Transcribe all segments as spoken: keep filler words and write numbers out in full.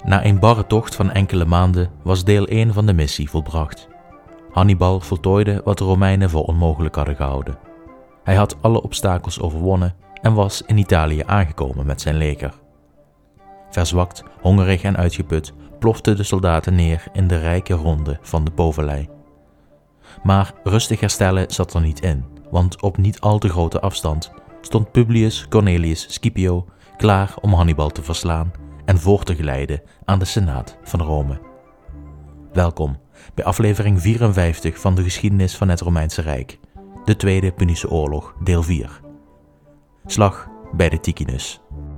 Na een barre tocht van enkele maanden was deel één van de missie volbracht. Hannibal voltooide wat de Romeinen voor onmogelijk hadden gehouden. Hij had alle obstakels overwonnen en was in Italië aangekomen met zijn leger. Verzwakt, hongerig en uitgeput ploften de soldaten neer in de rijke ronde van de Po-vallei. Maar rustig herstellen zat er niet in, want op niet al te grote afstand stond Publius Cornelius Scipio klaar om Hannibal te verslaan en voor te geleiden aan de Senaat van Rome. Welkom bij aflevering vierenvijftig van de geschiedenis van het Romeinse Rijk, de Tweede Punische Oorlog, deel vier. Slag bij de Ticinus.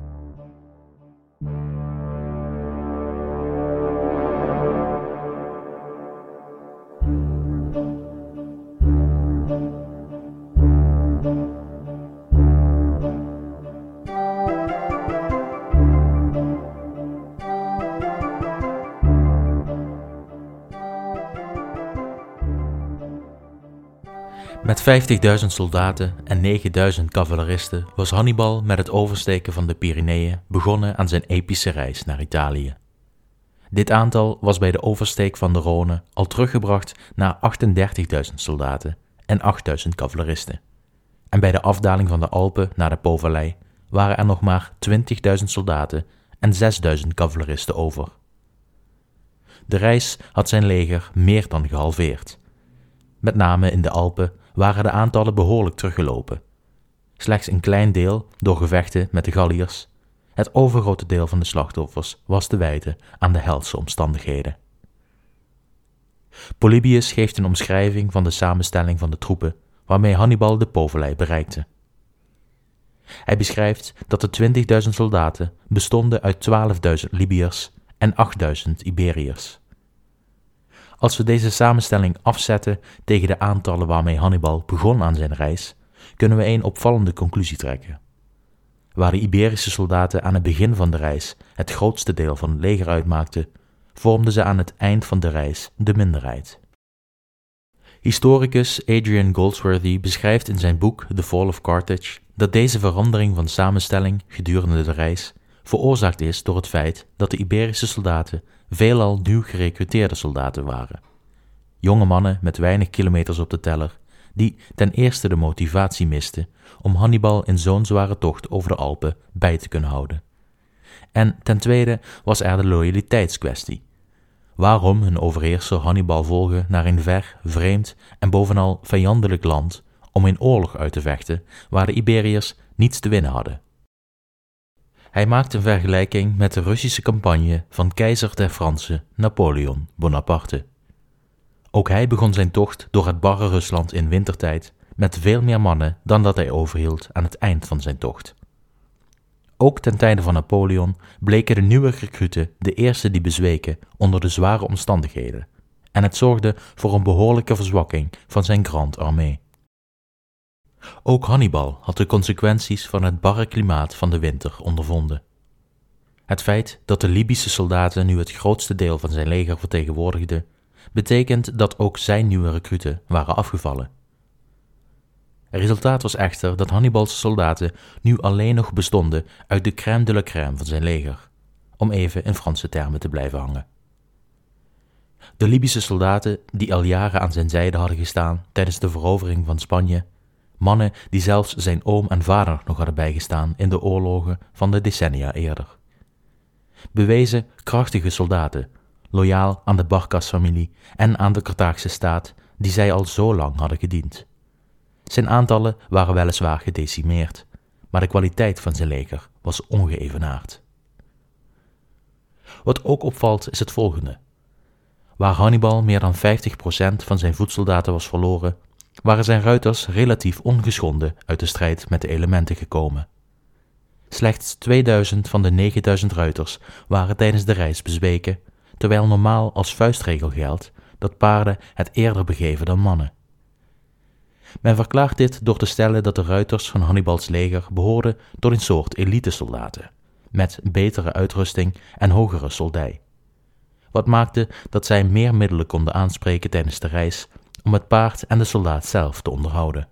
Met vijftigduizend soldaten en negenduizend cavaleristen was Hannibal met het oversteken van de Pyreneeën begonnen aan zijn epische reis naar Italië. Dit aantal was bij de oversteek van de Rhône al teruggebracht naar achtendertigduizend soldaten en achtduizend cavaleristen. En bij de afdaling van de Alpen naar de Po-vallei waren er nog maar twintigduizend soldaten en zesduizend cavaleristen over. De reis had zijn leger meer dan gehalveerd. Met name in de Alpen waren de aantallen behoorlijk teruggelopen. Slechts een klein deel door gevechten met de Galliërs. Het overgrote deel van de slachtoffers was te wijten aan de helse omstandigheden. Polybius geeft een omschrijving van de samenstelling van de troepen waarmee Hannibal de Po-vallei bereikte. Hij beschrijft dat de twintigduizend soldaten bestonden uit twaalfduizend Libiërs en achtduizend Iberiërs. Als we deze samenstelling afzetten tegen de aantallen waarmee Hannibal begon aan zijn reis, kunnen we een opvallende conclusie trekken. Waar de Iberische soldaten aan het begin van de reis het grootste deel van het leger uitmaakten, vormden ze aan het eind van de reis de minderheid. Historicus Adrian Goldsworthy beschrijft in zijn boek The Fall of Carthage dat deze verandering van samenstelling gedurende de reis veroorzaakt is door het feit dat de Iberische soldaten veelal nieuw gerecruteerde soldaten waren. Jonge mannen met weinig kilometers op de teller, die ten eerste de motivatie misten om Hannibal in zo'n zware tocht over de Alpen bij te kunnen houden. En ten tweede was er de loyaliteitskwestie. Waarom hun overheerser Hannibal volgen naar een ver, vreemd en bovenal vijandelijk land om een oorlog uit te vechten waar de Iberiërs niets te winnen hadden? Hij maakt een vergelijking met de Russische campagne van keizer der Fransen Napoleon Bonaparte. Ook hij begon zijn tocht door het barre Rusland in wintertijd met veel meer mannen dan dat hij overhield aan het eind van zijn tocht. Ook ten tijde van Napoleon bleken de nieuwe recruten de eerste die bezweken onder de zware omstandigheden en het zorgde voor een behoorlijke verzwakking van zijn Grande Armée. Ook Hannibal had de consequenties van het barre klimaat van de winter ondervonden. Het feit dat de Libische soldaten nu het grootste deel van zijn leger vertegenwoordigden, betekent dat ook zijn nieuwe recruten waren afgevallen. Het resultaat was echter dat Hannibals soldaten nu alleen nog bestonden uit de crème de la crème van zijn leger, om even in Franse termen te blijven hangen. De Libische soldaten die al jaren aan zijn zijde hadden gestaan tijdens de verovering van Spanje, mannen die zelfs zijn oom en vader nog hadden bijgestaan in de oorlogen van de decennia eerder. Bewezen, krachtige soldaten, loyaal aan de Barcas-familie en aan de Carthaagse staat die zij al zo lang hadden gediend. Zijn aantallen waren weliswaar gedecimeerd, maar de kwaliteit van zijn leger was ongeëvenaard. Wat ook opvalt is het volgende. Waar Hannibal meer dan vijftig procent van zijn voetsoldaten was verloren, waren zijn ruiters relatief ongeschonden uit de strijd met de elementen gekomen. Slechts tweeduizend van de negenduizend ruiters waren tijdens de reis bezweken, terwijl normaal als vuistregel geldt dat paarden het eerder begeven dan mannen. Men verklaart dit door te stellen dat de ruiters van Hannibals leger behoorden tot een soort elitesoldaten, met betere uitrusting en hogere soldij. Wat maakte dat zij meer middelen konden aanspreken tijdens de reis om het paard en de soldaat zelf te onderhouden.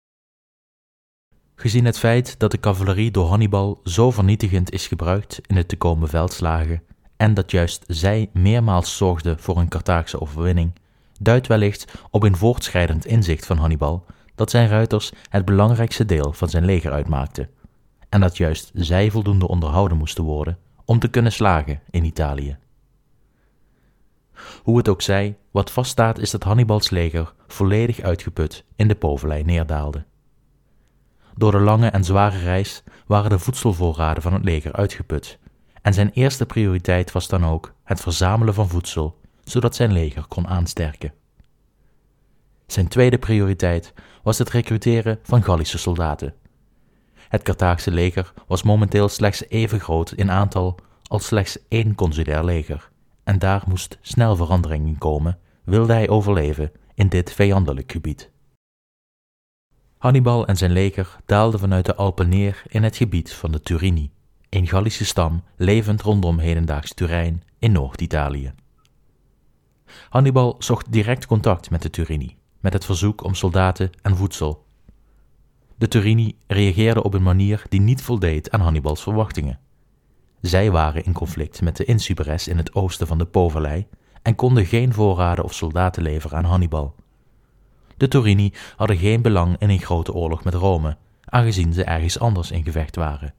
Gezien het feit dat de cavalerie door Hannibal zo vernietigend is gebruikt in de te komen veldslagen en dat juist zij meermaals zorgde voor een Carthaagse overwinning, duidt wellicht op een voortschrijdend inzicht van Hannibal dat zijn ruiters het belangrijkste deel van zijn leger uitmaakten, en dat juist zij voldoende onderhouden moesten worden om te kunnen slagen in Italië. Hoe het ook zij, wat vaststaat is dat Hannibals leger volledig uitgeput in de Po-vallei neerdaalde. Door de lange en zware reis waren de voedselvoorraden van het leger uitgeput, en zijn eerste prioriteit was dan ook het verzamelen van voedsel, zodat zijn leger kon aansterken. Zijn tweede prioriteit was het recruteren van Gallische soldaten. Het Carthaagse leger was momenteel slechts even groot in aantal als slechts één consulair leger, en daar moest snel verandering in komen, wilde hij overleven in dit vijandelijk gebied. Hannibal en zijn leger daalden vanuit de Alpen neer in het gebied van de Turini, een Gallische stam levend rondom hedendaags Turijn in Noord-Italië. Hannibal zocht direct contact met de Turini, met het verzoek om soldaten en voedsel. De Turini reageerden op een manier die niet voldeed aan Hannibals verwachtingen. Zij waren in conflict met de insuberes in het oosten van de Po-vallei en konden geen voorraden of soldaten leveren aan Hannibal. De Turini hadden geen belang in een grote oorlog met Rome, aangezien ze ergens anders in gevecht waren.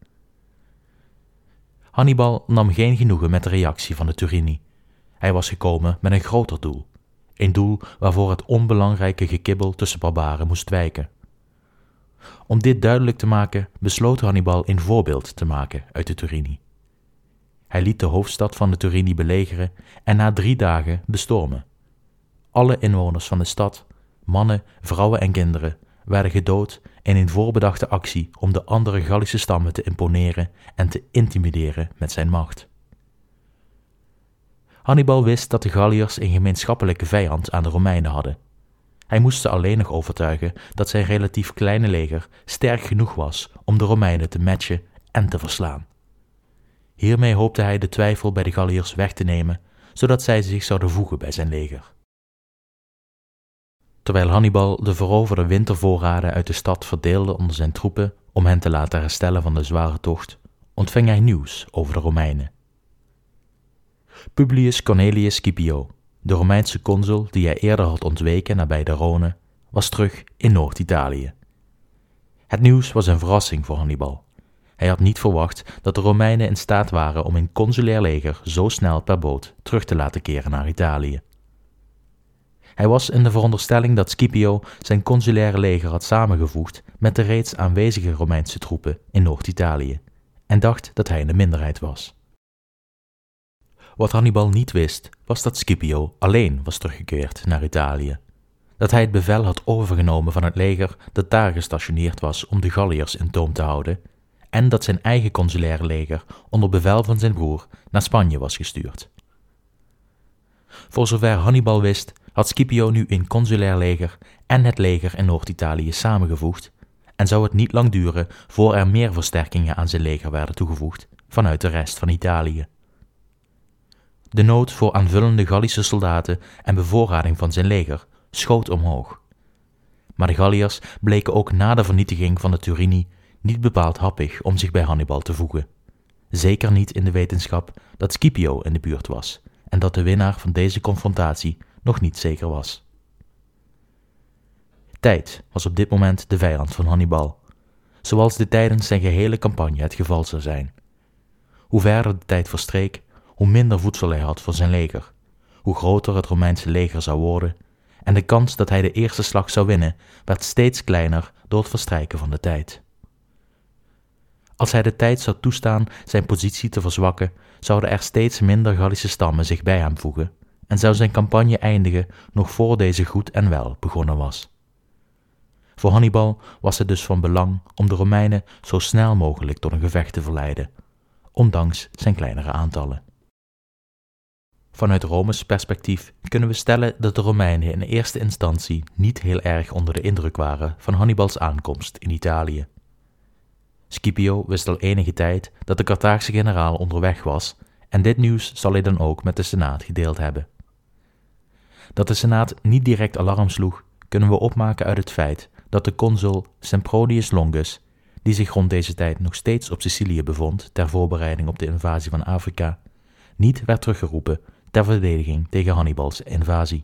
Hannibal nam geen genoegen met de reactie van de Turini. Hij was gekomen met een groter doel, een doel waarvoor het onbelangrijke gekibbel tussen barbaren moest wijken. Om dit duidelijk te maken besloot Hannibal een voorbeeld te maken uit de Turini. Hij liet de hoofdstad van de Turini belegeren en na drie dagen bestormen. Alle inwoners van de stad, mannen, vrouwen en kinderen, werden gedood in een voorbedachte actie om de andere Gallische stammen te imponeren en te intimideren met zijn macht. Hannibal wist dat de Galliërs een gemeenschappelijke vijand aan de Romeinen hadden. Hij moest ze alleen nog overtuigen dat zijn relatief kleine leger sterk genoeg was om de Romeinen te matchen en te verslaan. Hiermee hoopte hij de twijfel bij de Galliërs weg te nemen, zodat zij zich zouden voegen bij zijn leger. Terwijl Hannibal de veroverde wintervoorraden uit de stad verdeelde onder zijn troepen om hen te laten herstellen van de zware tocht, ontving hij nieuws over de Romeinen. Publius Cornelius Scipio, de Romeinse consul die hij eerder had ontweken nabij de Rhône, was terug in Noord-Italië. Het nieuws was een verrassing voor Hannibal. Hij had niet verwacht dat de Romeinen in staat waren om een consulair leger zo snel per boot terug te laten keren naar Italië. Hij was in de veronderstelling dat Scipio zijn consulaire leger had samengevoegd met de reeds aanwezige Romeinse troepen in Noord-Italië en dacht dat hij in de minderheid was. Wat Hannibal niet wist, was dat Scipio alleen was teruggekeerd naar Italië, dat hij het bevel had overgenomen van het leger dat daar gestationeerd was om de Galliërs in toom te houden en dat zijn eigen consulaire leger onder bevel van zijn broer naar Spanje was gestuurd. Voor zover Hannibal wist, had Scipio nu een consulair leger en het leger in Noord-Italië samengevoegd en zou het niet lang duren voor er meer versterkingen aan zijn leger werden toegevoegd vanuit de rest van Italië. De nood voor aanvullende Gallische soldaten en bevoorrading van zijn leger schoot omhoog. Maar de Galliërs bleken ook na de vernietiging van de Turini niet bepaald happig om zich bij Hannibal te voegen. Zeker niet in de wetenschap dat Scipio in de buurt was en dat de winnaar van deze confrontatie nog niet zeker was. Tijd was op dit moment de vijand van Hannibal, zoals dit tijdens zijn gehele campagne het geval zou zijn. Hoe verder de tijd verstreek, hoe minder voedsel hij had voor zijn leger, hoe groter het Romeinse leger zou worden, en de kans dat hij de eerste slag zou winnen werd steeds kleiner door het verstrijken van de tijd. Als hij de tijd zou toestaan zijn positie te verzwakken, zouden er steeds minder Gallische stammen zich bij hem voegen en zou zijn campagne eindigen nog voor deze goed en wel begonnen was. Voor Hannibal was het dus van belang om de Romeinen zo snel mogelijk tot een gevecht te verleiden, ondanks zijn kleinere aantallen. Vanuit Rome's perspectief kunnen we stellen dat de Romeinen in eerste instantie niet heel erg onder de indruk waren van Hannibals aankomst in Italië. Scipio wist al enige tijd dat de Carthaagse generaal onderweg was en dit nieuws zal hij dan ook met de Senaat gedeeld hebben. Dat de Senaat niet direct alarm sloeg, kunnen we opmaken uit het feit dat de consul Sempronius Longus, die zich rond deze tijd nog steeds op Sicilië bevond ter voorbereiding op de invasie van Afrika, niet werd teruggeroepen ter verdediging tegen Hannibals invasie.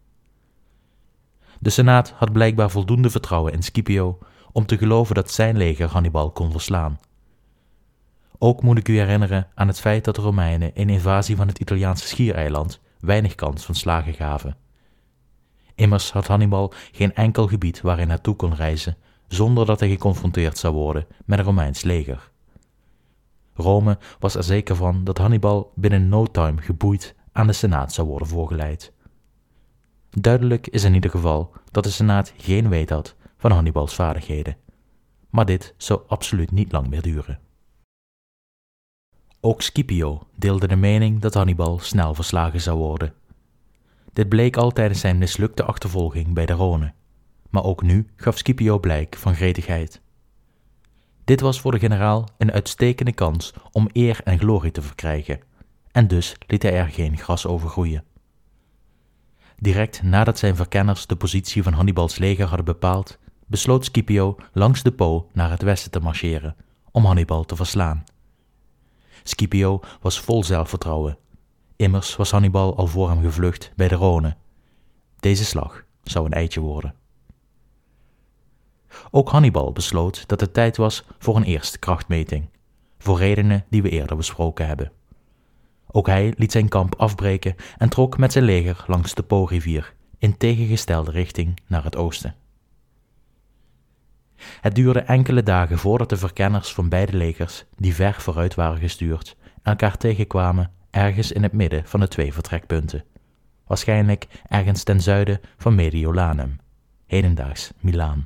De Senaat had blijkbaar voldoende vertrouwen in Scipio om te geloven dat zijn leger Hannibal kon verslaan. Ook moet ik u herinneren aan het feit dat de Romeinen een invasie van het Italiaanse schiereiland weinig kans van slagen gaven. Immers had Hannibal geen enkel gebied waar hij naartoe kon reizen zonder dat hij geconfronteerd zou worden met een Romeins leger. Rome was er zeker van dat Hannibal binnen no time geboeid aan de Senaat zou worden voorgeleid. Duidelijk is in ieder geval dat de Senaat geen weet had van Hannibals vaardigheden, maar dit zou absoluut niet lang meer duren. Ook Scipio deelde de mening dat Hannibal snel verslagen zou worden. Dit bleek al tijdens zijn mislukte achtervolging bij de Rhône, maar ook nu gaf Scipio blijk van gretigheid. Dit was voor de generaal een uitstekende kans om eer en glorie te verkrijgen, en dus liet hij er geen gras over groeien. Direct nadat zijn verkenners de positie van Hannibals leger hadden bepaald, besloot Scipio langs de Po naar het westen te marcheren, om Hannibal te verslaan. Scipio was vol zelfvertrouwen. Immers was Hannibal al voor hem gevlucht bij de Rhône. Deze slag zou een eitje worden. Ook Hannibal besloot dat het tijd was voor een eerste krachtmeting, voor redenen die we eerder besproken hebben. Ook hij liet zijn kamp afbreken en trok met zijn leger langs de Po-rivier in tegengestelde richting naar het oosten. Het duurde enkele dagen voordat de verkenners van beide legers, die ver vooruit waren gestuurd, elkaar tegenkwamen ergens in het midden van de twee vertrekpunten, waarschijnlijk ergens ten zuiden van Mediolanum, hedendaags Milaan.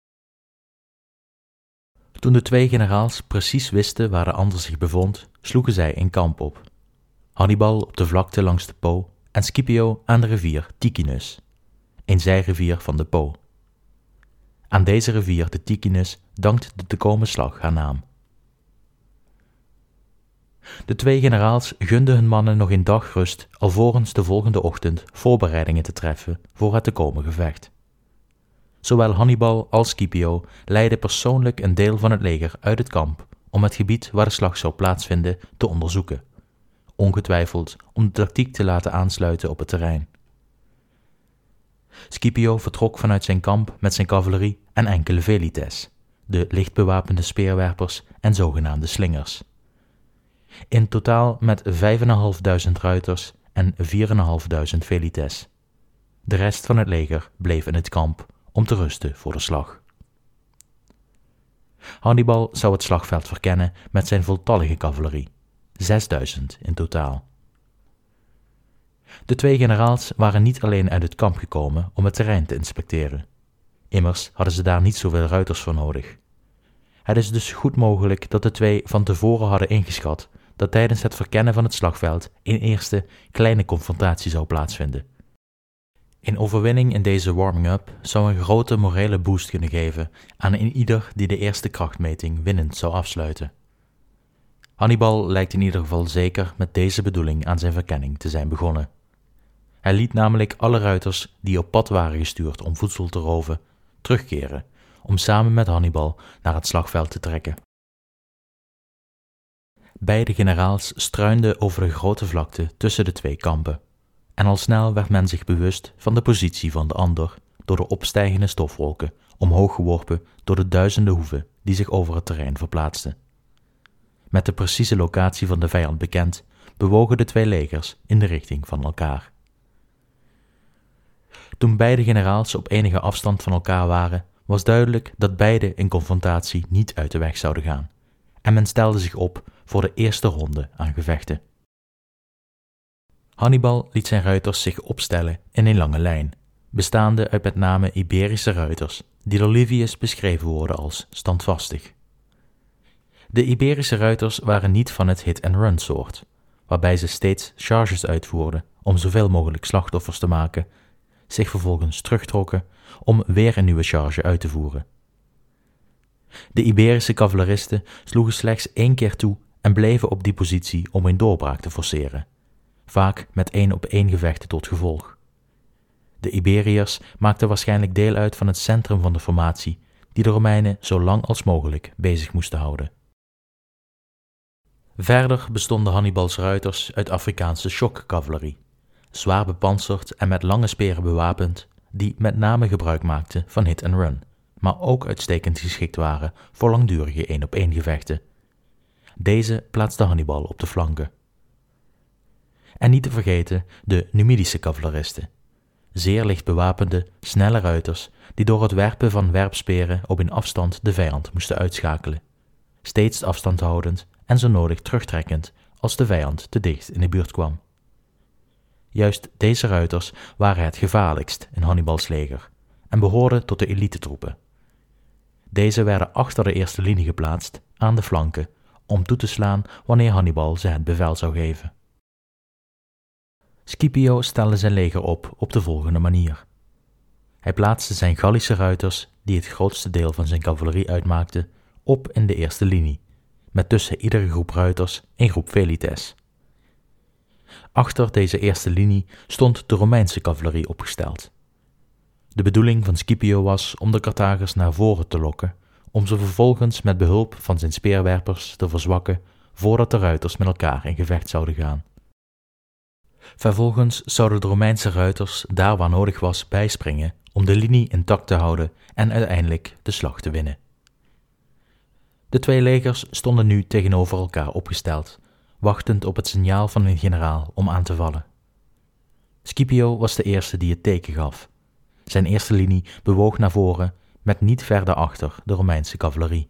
Toen de twee generaals precies wisten waar de ander zich bevond, sloegen zij een kamp op. Hannibal op de vlakte langs de Po en Scipio aan de rivier Ticinus, een zijrivier van de Po. Aan deze rivier, de Ticinus, dankt de te komen slag haar naam. De twee generaals gunden hun mannen nog een dag rust alvorens de volgende ochtend voorbereidingen te treffen voor het te komen gevecht. Zowel Hannibal als Scipio leidden persoonlijk een deel van het leger uit het kamp om het gebied waar de slag zou plaatsvinden te onderzoeken, ongetwijfeld om de tactiek te laten aansluiten op het terrein. Scipio vertrok vanuit zijn kamp met zijn cavalerie en enkele velites, de lichtbewapende speerwerpers en zogenaamde slingers. In totaal met vijfduizend vijfhonderd ruiters en vierduizend vijfhonderd velites. De rest van het leger bleef in het kamp om te rusten voor de slag. Hannibal zou het slagveld verkennen met zijn voltallige cavalerie, zesduizend in totaal. De twee generaals waren niet alleen uit het kamp gekomen om het terrein te inspecteren. Immers hadden ze daar niet zoveel ruiters voor nodig. Het is dus goed mogelijk dat de twee van tevoren hadden ingeschat dat tijdens het verkennen van het slagveld een eerste kleine confrontatie zou plaatsvinden. Een overwinning in deze warming-up zou een grote morele boost kunnen geven aan een ieder die de eerste krachtmeting winnend zou afsluiten. Hannibal lijkt in ieder geval zeker met deze bedoeling aan zijn verkenning te zijn begonnen. Hij liet namelijk alle ruiters die op pad waren gestuurd om voedsel te roven, terugkeren, om samen met Hannibal naar het slagveld te trekken. Beide generaals struinden over de grote vlakte tussen de twee kampen, en al snel werd men zich bewust van de positie van de ander door de opstijgende stofwolken, omhoog geworpen door de duizenden hoeven die zich over het terrein verplaatsten. Met de precieze locatie van de vijand bekend, bewogen de twee legers in de richting van elkaar. Toen beide generaals op enige afstand van elkaar waren, was duidelijk dat beide in confrontatie niet uit de weg zouden gaan, en men stelde zich op voor de eerste ronde aan gevechten. Hannibal liet zijn ruiters zich opstellen in een lange lijn, bestaande uit met name Iberische ruiters, die door Livius beschreven worden als standvastig. De Iberische ruiters waren niet van het hit-and-run soort, waarbij ze steeds charges uitvoerden om zoveel mogelijk slachtoffers te maken, zich vervolgens terugtrokken om weer een nieuwe charge uit te voeren. De Iberische cavaleristen sloegen slechts één keer toe en bleven op die positie om een doorbraak te forceren, vaak met één op één gevechten tot gevolg. De Iberiërs maakten waarschijnlijk deel uit van het centrum van de formatie, die de Romeinen zo lang als mogelijk bezig moesten houden. Verder bestonden Hannibals ruiters uit Afrikaanse shockcavalerie, zwaar bepantserd en met lange speren bewapend, die met name gebruik maakten van hit and run, maar ook uitstekend geschikt waren voor langdurige één-op-één gevechten. Deze plaatste Hannibal op de flanken. En niet te vergeten de Numidische cavaleristen, zeer licht bewapende, snelle ruiters die door het werpen van werpsperen op in afstand de vijand moesten uitschakelen, steeds afstand houdend en zo nodig terugtrekkend als de vijand te dicht in de buurt kwam. Juist deze ruiters waren het gevaarlijkst in Hannibals leger en behoorden tot de elitetroepen. Deze werden achter de eerste linie geplaatst, aan de flanken, om toe te slaan wanneer Hannibal ze het bevel zou geven. Scipio stelde zijn leger op op de volgende manier. Hij plaatste zijn Gallische ruiters, die het grootste deel van zijn cavalerie uitmaakten, op in de eerste linie, met tussen iedere groep ruiters een groep velites. Achter deze eerste linie stond de Romeinse cavalerie opgesteld. De bedoeling van Scipio was om de Carthagers naar voren te lokken, om ze vervolgens met behulp van zijn speerwerpers te verzwakken voordat de ruiters met elkaar in gevecht zouden gaan. Vervolgens zouden de Romeinse ruiters daar waar nodig was bijspringen om de linie intact te houden en uiteindelijk de slag te winnen. De twee legers stonden nu tegenover elkaar opgesteld, wachtend op het signaal van een generaal om aan te vallen. Scipio was de eerste die het teken gaf. Zijn eerste linie bewoog naar voren met niet ver daarachter de Romeinse cavalerie.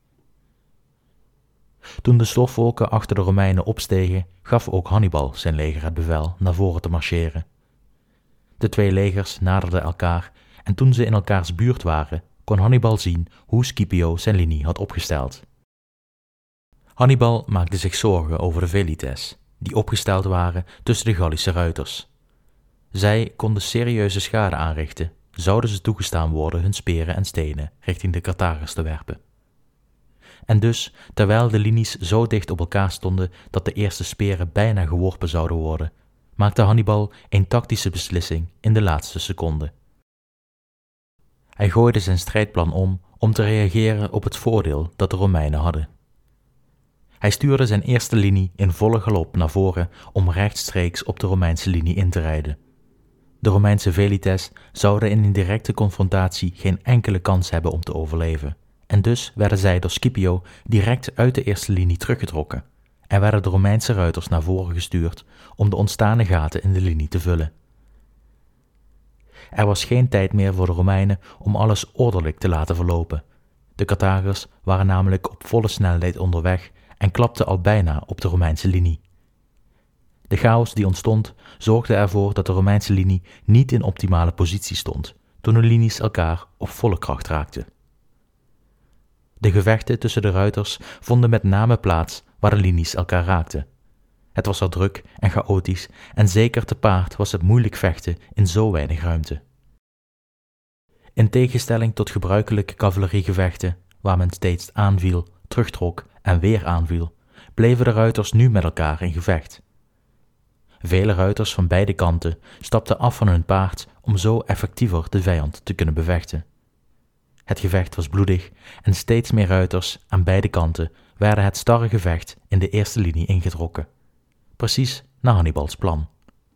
Toen de stofwolken achter de Romeinen opstegen, gaf ook Hannibal zijn leger het bevel naar voren te marcheren. De twee legers naderden elkaar en toen ze in elkaars buurt waren, kon Hannibal zien hoe Scipio zijn linie had opgesteld. Hannibal maakte zich zorgen over de velites, die opgesteld waren tussen de Gallische ruiters. Zij konden serieuze schade aanrichten, zouden ze toegestaan worden hun speren en stenen richting de Carthagers te werpen. En dus, terwijl de linies zo dicht op elkaar stonden dat de eerste speren bijna geworpen zouden worden, maakte Hannibal een tactische beslissing in de laatste seconde. Hij gooide zijn strijdplan om om te reageren op het voordeel dat de Romeinen hadden. Hij stuurde zijn eerste linie in volle galop naar voren om rechtstreeks op de Romeinse linie in te rijden. De Romeinse velites zouden in een directe confrontatie geen enkele kans hebben om te overleven, en dus werden zij door Scipio direct uit de eerste linie teruggetrokken en werden de Romeinse ruiters naar voren gestuurd om de ontstane gaten in de linie te vullen. Er was geen tijd meer voor de Romeinen om alles ordelijk te laten verlopen. De Carthagers waren namelijk op volle snelheid onderweg en klapten al bijna op de Romeinse linie. De chaos die ontstond zorgde ervoor dat de Romeinse linie niet in optimale positie stond toen de linies elkaar op volle kracht raakten. De gevechten tussen de ruiters vonden met name plaats waar de linies elkaar raakten. Het was er druk en chaotisch en zeker te paard was het moeilijk vechten in zo weinig ruimte. In tegenstelling tot gebruikelijke cavaleriegevechten, waar men steeds aanviel, terugtrok en weer aanviel, bleven de ruiters nu met elkaar in gevecht. Vele ruiters van beide kanten stapten af van hun paard om zo effectiever de vijand te kunnen bevechten. Het gevecht was bloedig en steeds meer ruiters aan beide kanten werden het starre gevecht in de eerste linie ingetrokken. Precies naar Hannibals plan.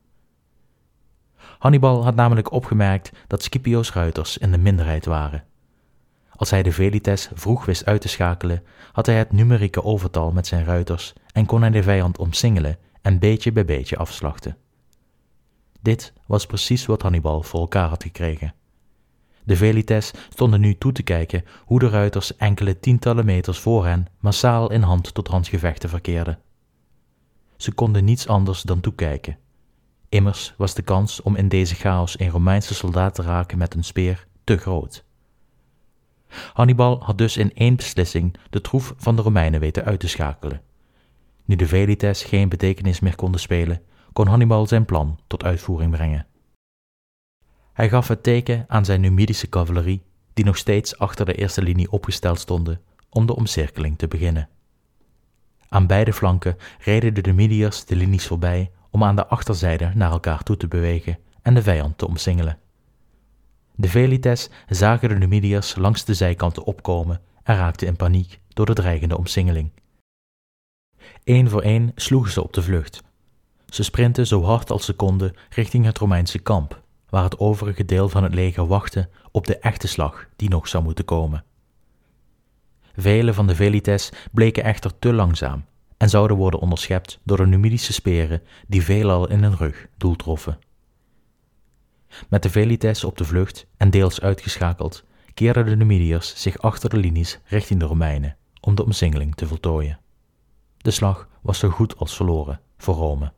Hannibal had namelijk opgemerkt dat Scipio's ruiters in de minderheid waren. Als hij de velites vroeg wist uit te schakelen, had hij het numerieke overtal met zijn ruiters en kon hij de vijand omsingelen en beetje bij beetje afslachten. Dit was precies wat Hannibal voor elkaar had gekregen. De velites stonden nu toe te kijken hoe de ruiters enkele tientallen meters voor hen massaal in hand-tot-hand gevechten verkeerden. Ze konden niets anders dan toekijken. Immers was de kans om in deze chaos een Romeinse soldaat te raken met een speer te groot. Hannibal had dus in één beslissing de troef van de Romeinen weten uit te schakelen. Nu de velites geen betekenis meer konden spelen, kon Hannibal zijn plan tot uitvoering brengen. Hij gaf het teken aan zijn Numidische cavalerie, die nog steeds achter de eerste linie opgesteld stonden, om de omcirkeling te beginnen. Aan beide flanken reden de Numidiërs de linies voorbij om aan de achterzijde naar elkaar toe te bewegen en de vijand te omsingelen. De velites zagen de Numidiërs langs de zijkanten opkomen en raakten in paniek door de dreigende omsingeling. Eén voor één sloegen ze op de vlucht. Ze sprintten zo hard als ze konden richting het Romeinse kamp, waar het overige deel van het leger wachtte op de echte slag die nog zou moeten komen. Vele van de velites bleken echter te langzaam en zouden worden onderschept door de Numidische speren die veelal in hun rug doel troffen. Met de velites op de vlucht en deels uitgeschakeld, keerden de Numidiërs zich achter de linies richting de Romeinen om de omsingeling te voltooien. De slag was zo goed als verloren voor Rome.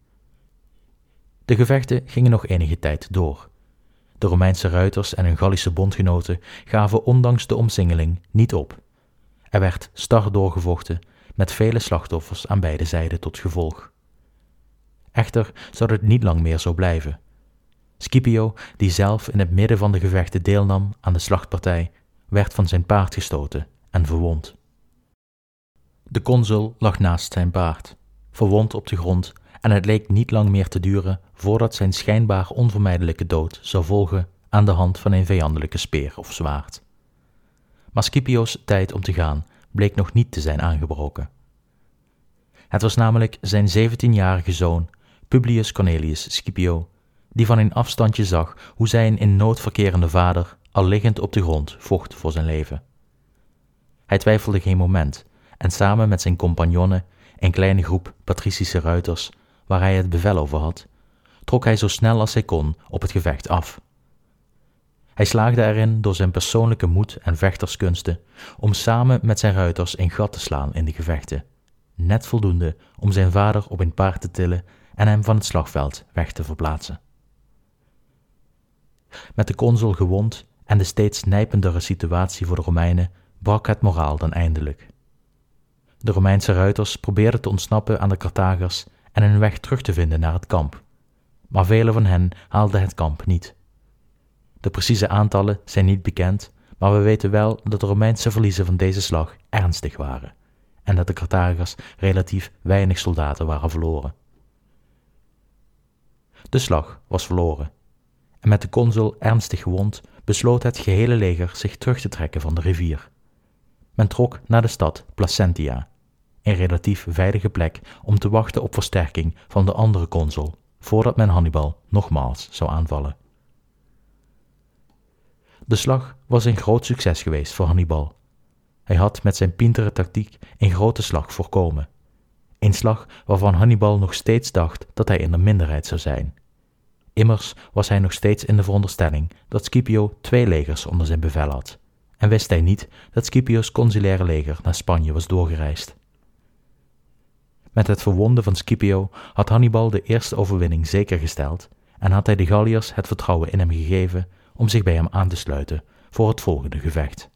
De gevechten gingen nog enige tijd door. De Romeinse ruiters en hun Gallische bondgenoten gaven ondanks de omsingeling niet op. Er werd star doorgevochten, met vele slachtoffers aan beide zijden tot gevolg. Echter zou het niet lang meer zo blijven. Scipio, die zelf in het midden van de gevechten deelnam aan de slachtpartij, werd van zijn paard gestoten en verwond. De consul lag naast zijn paard, verwond op de grond, en het leek niet lang meer te duren voordat zijn schijnbaar onvermijdelijke dood zou volgen aan de hand van een vijandelijke speer of zwaard. Maar Scipio's tijd om te gaan bleek nog niet te zijn aangebroken. Het was namelijk zijn zeventienjarige zoon, Publius Cornelius Scipio, die van een afstandje zag hoe zijn in nood verkerende vader al liggend op de grond vocht voor zijn leven. Hij twijfelde geen moment en samen met zijn compagnonnen, een kleine groep patricische ruiters, waar hij het bevel over had, trok hij zo snel als hij kon op het gevecht af. Hij slaagde erin door zijn persoonlijke moed en vechterskunsten om samen met zijn ruiters een gat te slaan in de gevechten, net voldoende om zijn vader op een paard te tillen en hem van het slagveld weg te verplaatsen. Met de consul gewond en de steeds nijpendere situatie voor de Romeinen brak het moraal dan eindelijk. De Romeinse ruiters probeerden te ontsnappen aan de Carthagers en hun weg terug te vinden naar het kamp, maar vele van hen haalden het kamp niet. De precieze aantallen zijn niet bekend, maar we weten wel dat de Romeinse verliezen van deze slag ernstig waren en dat de Carthagers relatief weinig soldaten waren verloren. De slag was verloren en met de consul ernstig gewond besloot het gehele leger zich terug te trekken van de rivier. Men trok naar de stad Placentia, een relatief veilige plek om te wachten op versterking van de andere consul, voordat men Hannibal nogmaals zou aanvallen. De slag was een groot succes geweest voor Hannibal. Hij had met zijn pintere tactiek een grote slag voorkomen. Een slag waarvan Hannibal nog steeds dacht dat hij in de minderheid zou zijn. Immers was hij nog steeds in de veronderstelling dat Scipio twee legers onder zijn bevel had, en wist hij niet dat Scipio's consulaire leger naar Spanje was doorgereisd. Met het verwonden van Scipio had Hannibal de eerste overwinning zeker gesteld en had hij de Galliërs het vertrouwen in hem gegeven om zich bij hem aan te sluiten voor het volgende gevecht.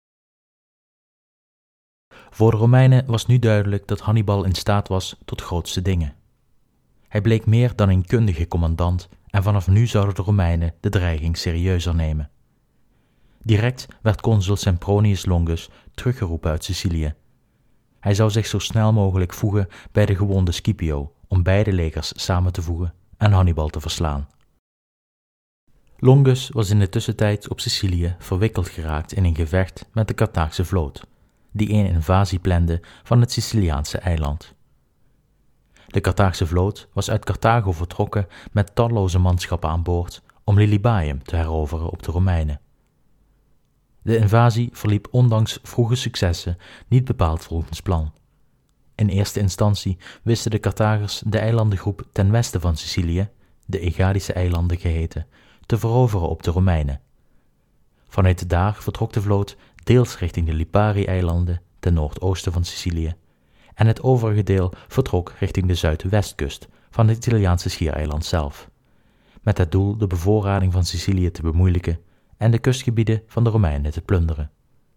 Voor de Romeinen was nu duidelijk dat Hannibal in staat was tot grootste dingen. Hij bleek meer dan een kundige commandant en vanaf nu zouden de Romeinen de dreiging serieuzer nemen. Direct werd consul Sempronius Longus teruggeroepen uit Sicilië. Hij zou zich zo snel mogelijk voegen bij de gewonde Scipio om beide legers samen te voegen en Hannibal te verslaan. Longus was in de tussentijd op Sicilië verwikkeld geraakt in een gevecht met de Carthaagse vloot, die een invasie plande van het Siciliaanse eiland. De Carthaagse vloot was uit Carthago vertrokken met talloze manschappen aan boord om Lilybaeum te heroveren op de Romeinen. De invasie verliep ondanks vroege successen niet bepaald volgens plan. In eerste instantie wisten de Carthagers de eilandengroep ten westen van Sicilië, de Egalische eilanden geheten, te veroveren op de Romeinen. Vanuit daar vertrok de vloot deels richting de Lipari-eilanden ten noordoosten van Sicilië en het overige deel vertrok richting de zuidwestkust van het Italiaanse schiereiland zelf, met het doel de bevoorrading van Sicilië te bemoeilijken en de kustgebieden van de Romeinen te plunderen.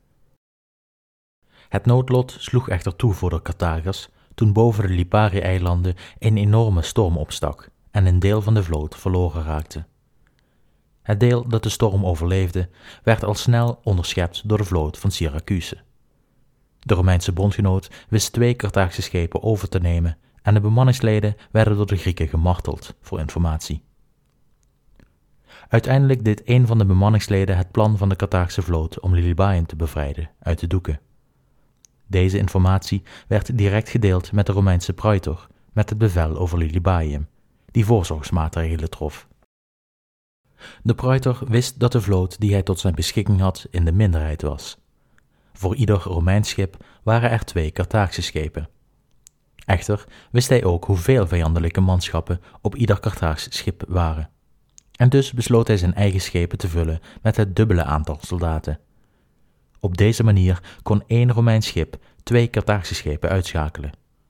Het noodlot sloeg echter toe voor de Carthagers toen boven de Lipari-eilanden een enorme storm opstak en een deel van de vloot verloren raakte. Het deel dat de storm overleefde werd al snel onderschept door de vloot van Syracuse. De Romeinse bondgenoot wist twee Carthaagse schepen over te nemen en de bemanningsleden werden door de Grieken gemarteld voor informatie. Uiteindelijk deed een van de bemanningsleden het plan van de Carthaagse vloot om Lilybaeum te bevrijden uit de doeken. Deze informatie werd direct gedeeld met de Romeinse praetor, met het bevel over Lilybaeum, die voorzorgsmaatregelen trof. De praetor wist dat de vloot die hij tot zijn beschikking had in de minderheid was. Voor ieder Romeins schip waren er twee Carthaagse schepen. Echter wist hij ook hoeveel vijandelijke manschappen op ieder Carthaagse schip waren. En dus besloot hij zijn eigen schepen te vullen met het dubbele aantal soldaten. Op deze manier kon één Romeins schip twee Carthaagse schepen uitschakelen.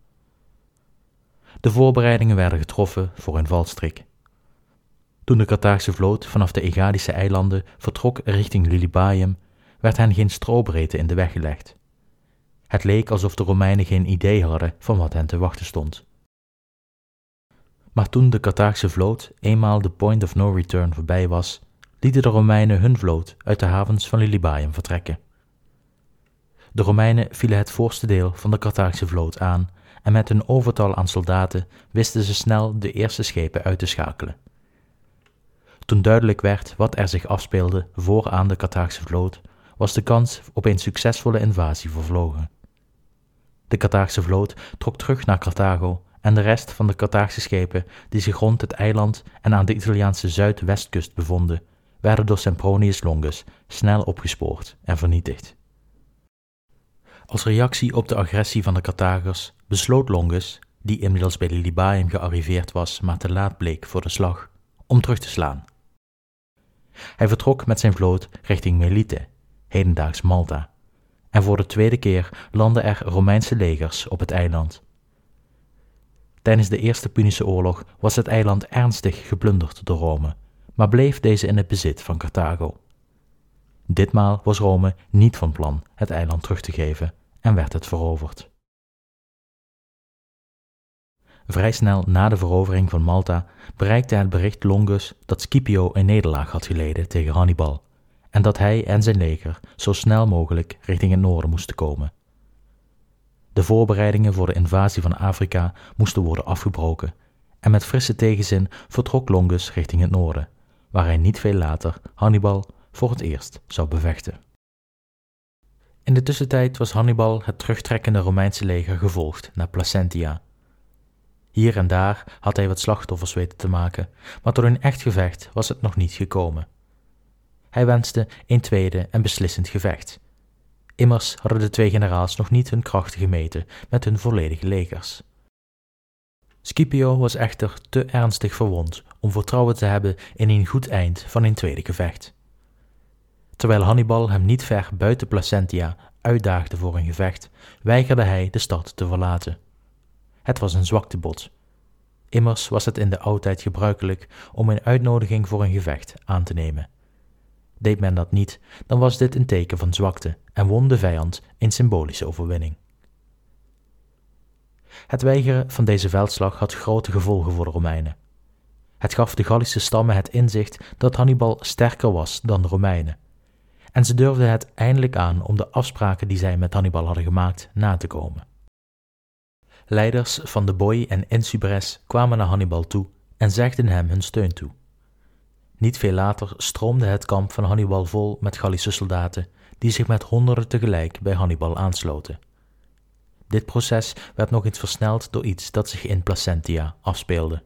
De voorbereidingen werden getroffen voor een valstrik. Toen de Carthaagse vloot vanaf de Egadische eilanden vertrok richting Lilybaeum, werd hen geen strobreedte in de weg gelegd. Het leek alsof de Romeinen geen idee hadden van wat hen te wachten stond. Maar toen de Carthaagse vloot eenmaal de point of no return voorbij was, lieten de Romeinen hun vloot uit de havens van Lilybaeum vertrekken. De Romeinen vielen het voorste deel van de Carthaagse vloot aan en met hun overtal aan soldaten wisten ze snel de eerste schepen uit te schakelen. Toen duidelijk werd wat er zich afspeelde vooraan de Carthaagse vloot, was de kans op een succesvolle invasie vervlogen. De Carthaagse vloot trok terug naar Carthago en de rest van de Carthaagse schepen die zich rond het eiland en aan de Italiaanse zuidwestkust bevonden, werden door Sempronius Longus snel opgespoord en vernietigd. Als reactie op de agressie van de Carthagers besloot Longus, die inmiddels bij Lilybaeum gearriveerd was maar te laat bleek voor de slag, om terug te slaan. Hij vertrok met zijn vloot richting Melite, hedendaags Malta, en voor de tweede keer landden er Romeinse legers op het eiland. Tijdens de Eerste Punische Oorlog was het eiland ernstig geplunderd door Rome, maar bleef deze in het bezit van Carthago. Ditmaal was Rome niet van plan het eiland terug te geven en werd het veroverd. Vrij snel na de verovering van Malta bereikte het bericht Longus dat Scipio een nederlaag had geleden tegen Hannibal en dat hij en zijn leger zo snel mogelijk richting het noorden moesten komen. De voorbereidingen voor de invasie van Afrika moesten worden afgebroken en met frisse tegenzin vertrok Longus richting het noorden, waar hij niet veel later Hannibal voor het eerst zou bevechten. In de tussentijd was Hannibal het terugtrekkende Romeinse leger gevolgd naar Placentia. Hier en daar had hij wat slachtoffers weten te maken, maar tot een echt gevecht was het nog niet gekomen. Hij wenste een tweede en beslissend gevecht. Immers hadden de twee generaals nog niet hun krachten gemeten met hun volledige legers. Scipio was echter te ernstig verwond om vertrouwen te hebben in een goed eind van een tweede gevecht. Terwijl Hannibal hem niet ver buiten Placentia uitdaagde voor een gevecht, weigerde hij de stad te verlaten. Het was een zwaktebod. Immers was het in de oudheid gebruikelijk om een uitnodiging voor een gevecht aan te nemen. Deed men dat niet, dan was dit een teken van zwakte en won de vijand een symbolische overwinning. Het weigeren van deze veldslag had grote gevolgen voor de Romeinen. Het gaf de Gallische stammen het inzicht dat Hannibal sterker was dan de Romeinen. En ze durfden het eindelijk aan om de afspraken die zij met Hannibal hadden gemaakt na te komen. Leiders van de Boii en Insubres kwamen naar Hannibal toe en zegden hem hun steun toe. Niet veel later stroomde het kamp van Hannibal vol met Gallische soldaten die zich met honderden tegelijk bij Hannibal aansloten. Dit proces werd nog eens versneld door iets dat zich in Placentia afspeelde.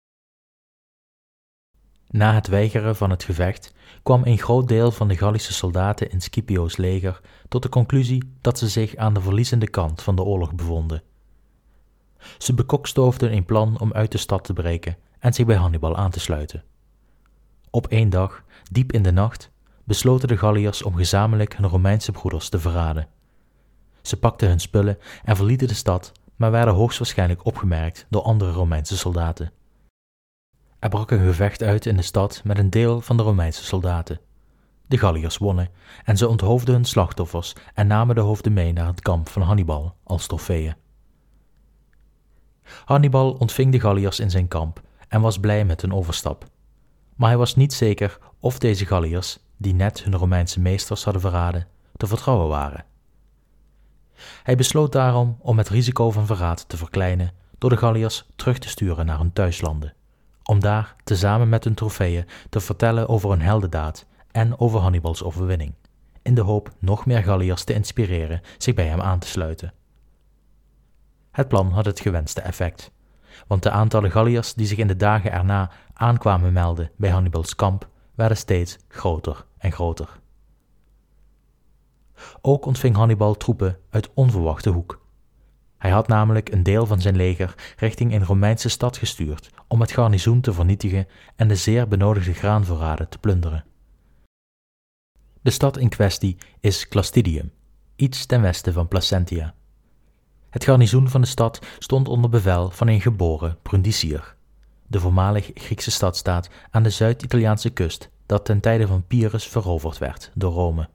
Na het weigeren van het gevecht kwam een groot deel van de Gallische soldaten in Scipio's leger tot de conclusie dat ze zich aan de verliezende kant van de oorlog bevonden. Ze bekokstoofden een plan om uit de stad te breken en zich bij Hannibal aan te sluiten. Op één dag, diep in de nacht, besloten de Galliërs om gezamenlijk hun Romeinse broeders te verraden. Ze pakten hun spullen en verlieten de stad, maar werden hoogstwaarschijnlijk opgemerkt door andere Romeinse soldaten. Er brak een gevecht uit in de stad met een deel van de Romeinse soldaten. De Galliërs wonnen en ze onthoofden hun slachtoffers en namen de hoofden mee naar het kamp van Hannibal als trofeeën. Hannibal ontving de Galliërs in zijn kamp en was blij met hun overstap. Maar hij was niet zeker of deze Galliërs, die net hun Romeinse meesters hadden verraden, te vertrouwen waren. Hij besloot daarom om het risico van verraad te verkleinen door de Galliërs terug te sturen naar hun thuislanden, om daar tezamen met hun trofeeën te vertellen over hun heldendaad en over Hannibals overwinning, in de hoop nog meer Galliërs te inspireren zich bij hem aan te sluiten. Het plan had het gewenste effect, want de aantallen Galliërs die zich in de dagen erna aankwamen melden bij Hannibals kamp werden steeds groter en groter. Ook ontving Hannibal troepen uit onverwachte hoek. Hij had namelijk een deel van zijn leger richting een Romeinse stad gestuurd om het garnizoen te vernietigen en de zeer benodigde graanvoorraden te plunderen. De stad in kwestie is Clastidium, iets ten westen van Placentia. Het garnizoen van de stad stond onder bevel van een geboren Brundisiër, de voormalig Griekse stadstaat aan de Zuid-Italiaanse kust dat ten tijde van Pyrrhus veroverd werd door Rome.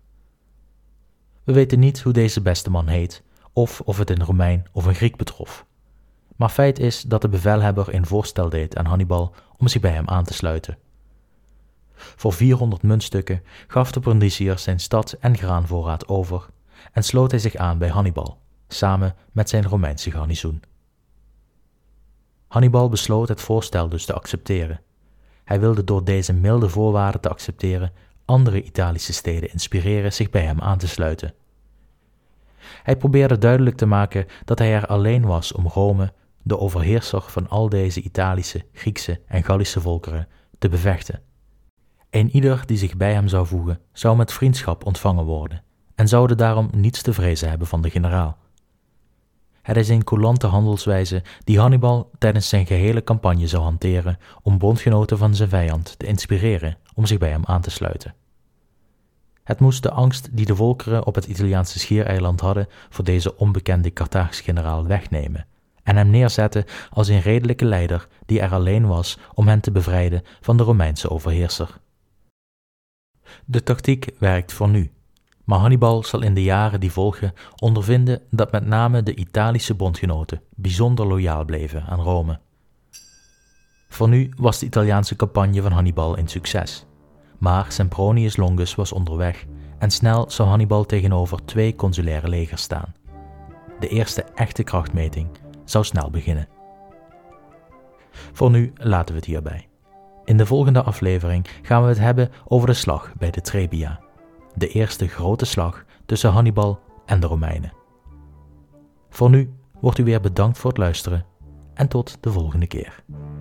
We weten niet hoe deze beste man heet, of of het een Romein of een Griek betrof. Maar feit is dat de bevelhebber een voorstel deed aan Hannibal om zich bij hem aan te sluiten. Voor vierhonderd muntstukken gaf de Brundisiër zijn stad en graanvoorraad over en sloot hij zich aan bij Hannibal, samen met zijn Romeinse garnizoen. Hannibal besloot het voorstel dus te accepteren. Hij wilde door deze milde voorwaarden te accepteren andere Italische steden inspireren zich bij hem aan te sluiten. Hij probeerde duidelijk te maken dat hij er alleen was om Rome, de overheerser van al deze Italische, Griekse en Gallische volkeren, te bevechten. Een ieder die zich bij hem zou voegen, zou met vriendschap ontvangen worden en zou daarom niets te vrezen hebben van de generaal. Het is een coulante handelswijze die Hannibal tijdens zijn gehele campagne zou hanteren om bondgenoten van zijn vijand te inspireren om zich bij hem aan te sluiten. Het moest de angst die de volkeren op het Italiaanse schiereiland hadden voor deze onbekende Carthaagse generaal wegnemen en hem neerzetten als een redelijke leider die er alleen was om hen te bevrijden van de Romeinse overheerser. De tactiek werkt voor nu, maar Hannibal zal in de jaren die volgen ondervinden dat met name de Italische bondgenoten bijzonder loyaal bleven aan Rome. Voor nu was de Italiaanse campagne van Hannibal een succes, maar Sempronius Longus was onderweg en snel zou Hannibal tegenover twee consulaire legers staan. De eerste echte krachtmeting zou snel beginnen. Voor nu laten we het hierbij. In de volgende aflevering gaan we het hebben over de slag bij de Trebia, de eerste grote slag tussen Hannibal en de Romeinen. Voor nu wordt u weer bedankt voor het luisteren en tot de volgende keer.